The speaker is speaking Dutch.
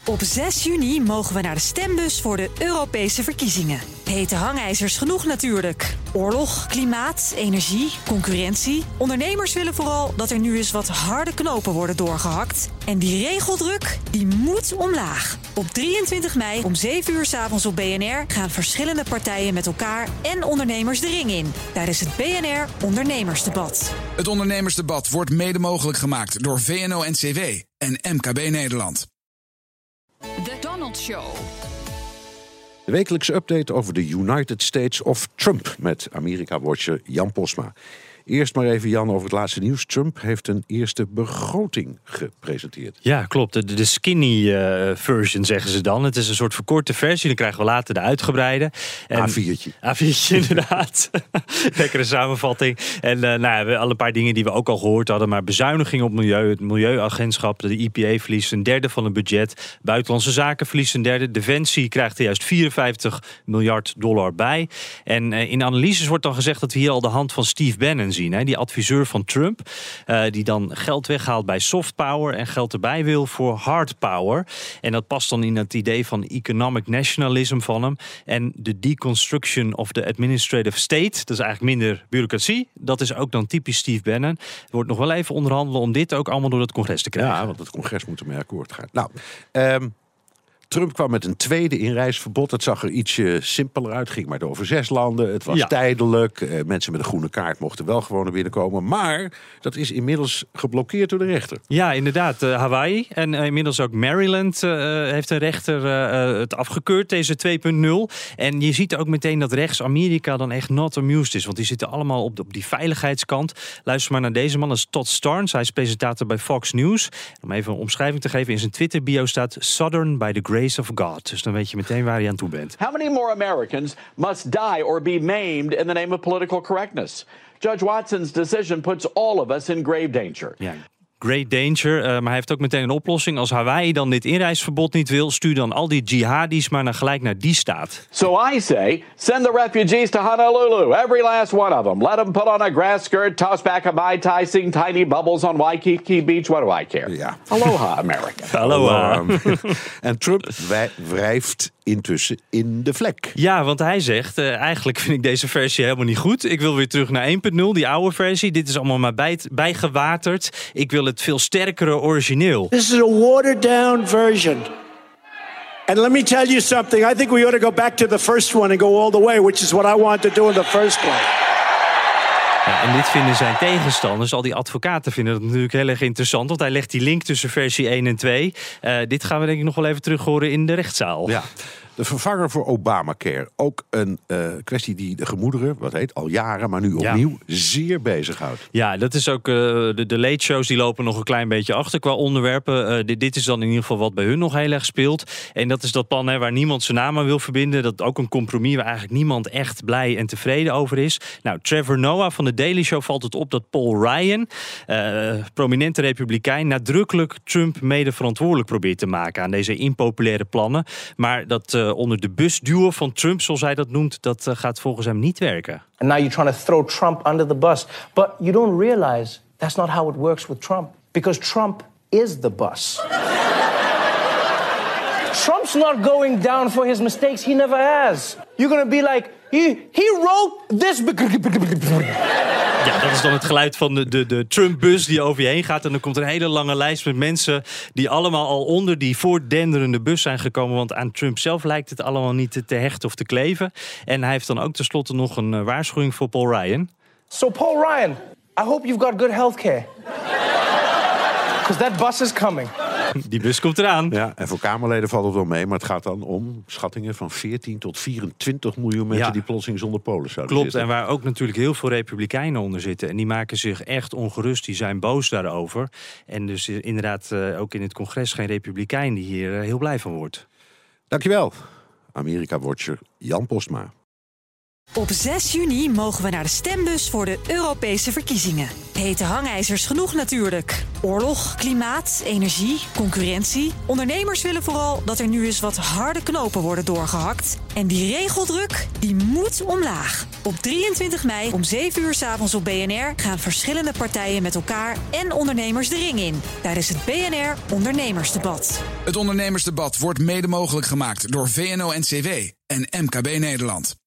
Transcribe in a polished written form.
Op 6 juni mogen we naar de stembus voor de Europese verkiezingen. Hete hangijzers genoeg natuurlijk. Oorlog, klimaat, energie, concurrentie. Ondernemers willen vooral dat er nu eens wat harde knopen worden doorgehakt. En die regeldruk, die moet omlaag. Op 23 mei om 7 uur 's avonds op BNR gaan verschillende partijen met elkaar en ondernemers de ring in. Tijdens het BNR Ondernemersdebat. Het Ondernemersdebat wordt mede mogelijk gemaakt door VNO-NCW en MKB Nederland. The Donald Show. De wekelijkse update over de United States of Trump met Amerika-watcher Jan Posma. Eerst maar even, Jan, over het laatste nieuws. Trump heeft een eerste begroting gepresenteerd. Ja, klopt. De skinny version zeggen ze dan. Het is een soort verkorte versie. Dan krijgen we later de uitgebreide. A4'tje. A4'tje, inderdaad. Lekkere samenvatting. En we hebben al een paar dingen die we ook al gehoord hadden. Maar bezuiniging op milieu, het Milieuagentschap, de EPA verliest een derde van het budget. Buitenlandse zaken verliest een derde. Defensie krijgt er juist $54 miljard bij. En in analyses wordt dan gezegd dat we hier al de hand van Steve Bannon zien. Die adviseur van Trump, die dan geld weghaalt bij soft power en geld erbij wil voor hard power. En dat past dan in het idee van economic nationalism van hem. En de deconstruction of the administrative state, dat is eigenlijk minder bureaucratie. Dat is ook dan typisch Steve Bannon. Er wordt nog wel even onderhandelen om dit ook allemaal door het congres te krijgen. Ja, want het congres moet ermee akkoord gaan. Nou, Trump kwam met een tweede inreisverbod. Het zag er ietsje simpeler uit. Ging maar over 6 landen. Het was tijdelijk. Mensen met een groene kaart mochten wel gewoon naar binnen komen. Maar dat is inmiddels geblokkeerd door de rechter. Ja, inderdaad. Hawaii en inmiddels ook Maryland heeft een rechter het afgekeurd, deze 2.0. En je ziet ook meteen dat rechts Amerika dan echt not amused is. Want die zitten allemaal op die veiligheidskant. Luister maar naar deze man, dat is Todd Starnes. Hij is presentator bij Fox News. Om even een omschrijving te geven. In zijn Twitter-bio staat Southern by the grace of God. Dus dan weet je meteen waar je aan toe bent. How many more Americans must die or be maimed in the name of political correctness? Judge Watson's decision puts all of us in grave danger. Ja. Great danger, maar hij heeft ook meteen een oplossing. Als Hawaii dan dit inreisverbod niet wil, stuur dan al die jihadis maar gelijk naar die staat. So I say, send the refugees to Honolulu, every last one of them. Let them put on a grass skirt, toss back a Mai Tai, sing tiny bubbles on Waikiki Beach. What do I care? Ja. Aloha, America. Aloha. En Trump wrijft intussen in de vlek. Ja, want hij zegt, eigenlijk vind ik deze versie helemaal niet goed. Ik wil weer terug naar 1.0, die oude versie. Dit is allemaal maar bijgewaterd. Ik wil het veel sterkere origineel. This is a watered down version. And let me tell you something. I think we ought to go back to the first one and go all the way, which is what I wanted to do in the first place. Ja, en dit vinden zijn tegenstanders, al die advocaten vinden dat natuurlijk heel erg interessant. Want hij legt die link tussen versie 1 en 2. Dit gaan we denk ik nog wel even terug horen in de rechtszaal. Ja. De vervanger voor Obamacare. Ook een kwestie die de gemoederen, al jaren, maar nu opnieuw zeer bezighoudt. Ja, dat is ook de late shows die lopen nog een klein beetje achter qua onderwerpen. Dit is dan in ieder geval wat bij hun nog heel erg speelt. En dat is dat plan waar niemand zijn naam aan wil verbinden. Dat ook een compromis waar eigenlijk niemand echt blij en tevreden over is. Nou, Trevor Noah van de Daily Show valt het op dat Paul Ryan, prominente republikein, nadrukkelijk Trump mede verantwoordelijk probeert te maken aan deze impopulaire plannen. Maar dat onder de bus duwen van Trump, zoals hij dat noemt, dat gaat volgens hem niet werken. And now you're trying to throw Trump under the bus. But you don't realize that's not how it works with Trump. Because Trump is the bus. Trump's not going down for his mistakes. He never has. You're going to be like, he wrote this. Ja, dat is dan het geluid van de Trump-bus die over je heen gaat. En dan komt een hele lange lijst met mensen die allemaal al onder die voortdenderende bus zijn gekomen. Want aan Trump zelf lijkt het allemaal niet te hechten of te kleven. En hij heeft dan ook tenslotte nog een waarschuwing voor Paul Ryan. So Paul Ryan, I hope you've got good health care. Because that bus is coming. Die bus komt eraan. Ja, en voor Kamerleden valt het wel mee, maar het gaat dan om schattingen van 14 tot 24 miljoen mensen die plotseling zonder polis zouden zitten. zitten. En waar ook natuurlijk heel veel republikeinen onder zitten. En die maken zich echt ongerust, die zijn boos daarover. En dus inderdaad ook in het congres geen republikein die hier heel blij van wordt. Dankjewel, Amerika-watcher Jan Posma. Op 6 juni mogen we naar de stembus voor de Europese verkiezingen. Hete hangijzers genoeg natuurlijk. Oorlog, klimaat, energie, concurrentie. Ondernemers willen vooral dat er nu eens wat harde knopen worden doorgehakt. En die regeldruk, die moet omlaag. Op 23 mei om 7 uur 's avonds op BNR gaan verschillende partijen met elkaar en ondernemers de ring in. Tijdens het BNR Ondernemersdebat. Het Ondernemersdebat wordt mede mogelijk gemaakt door VNO-NCW en MKB Nederland.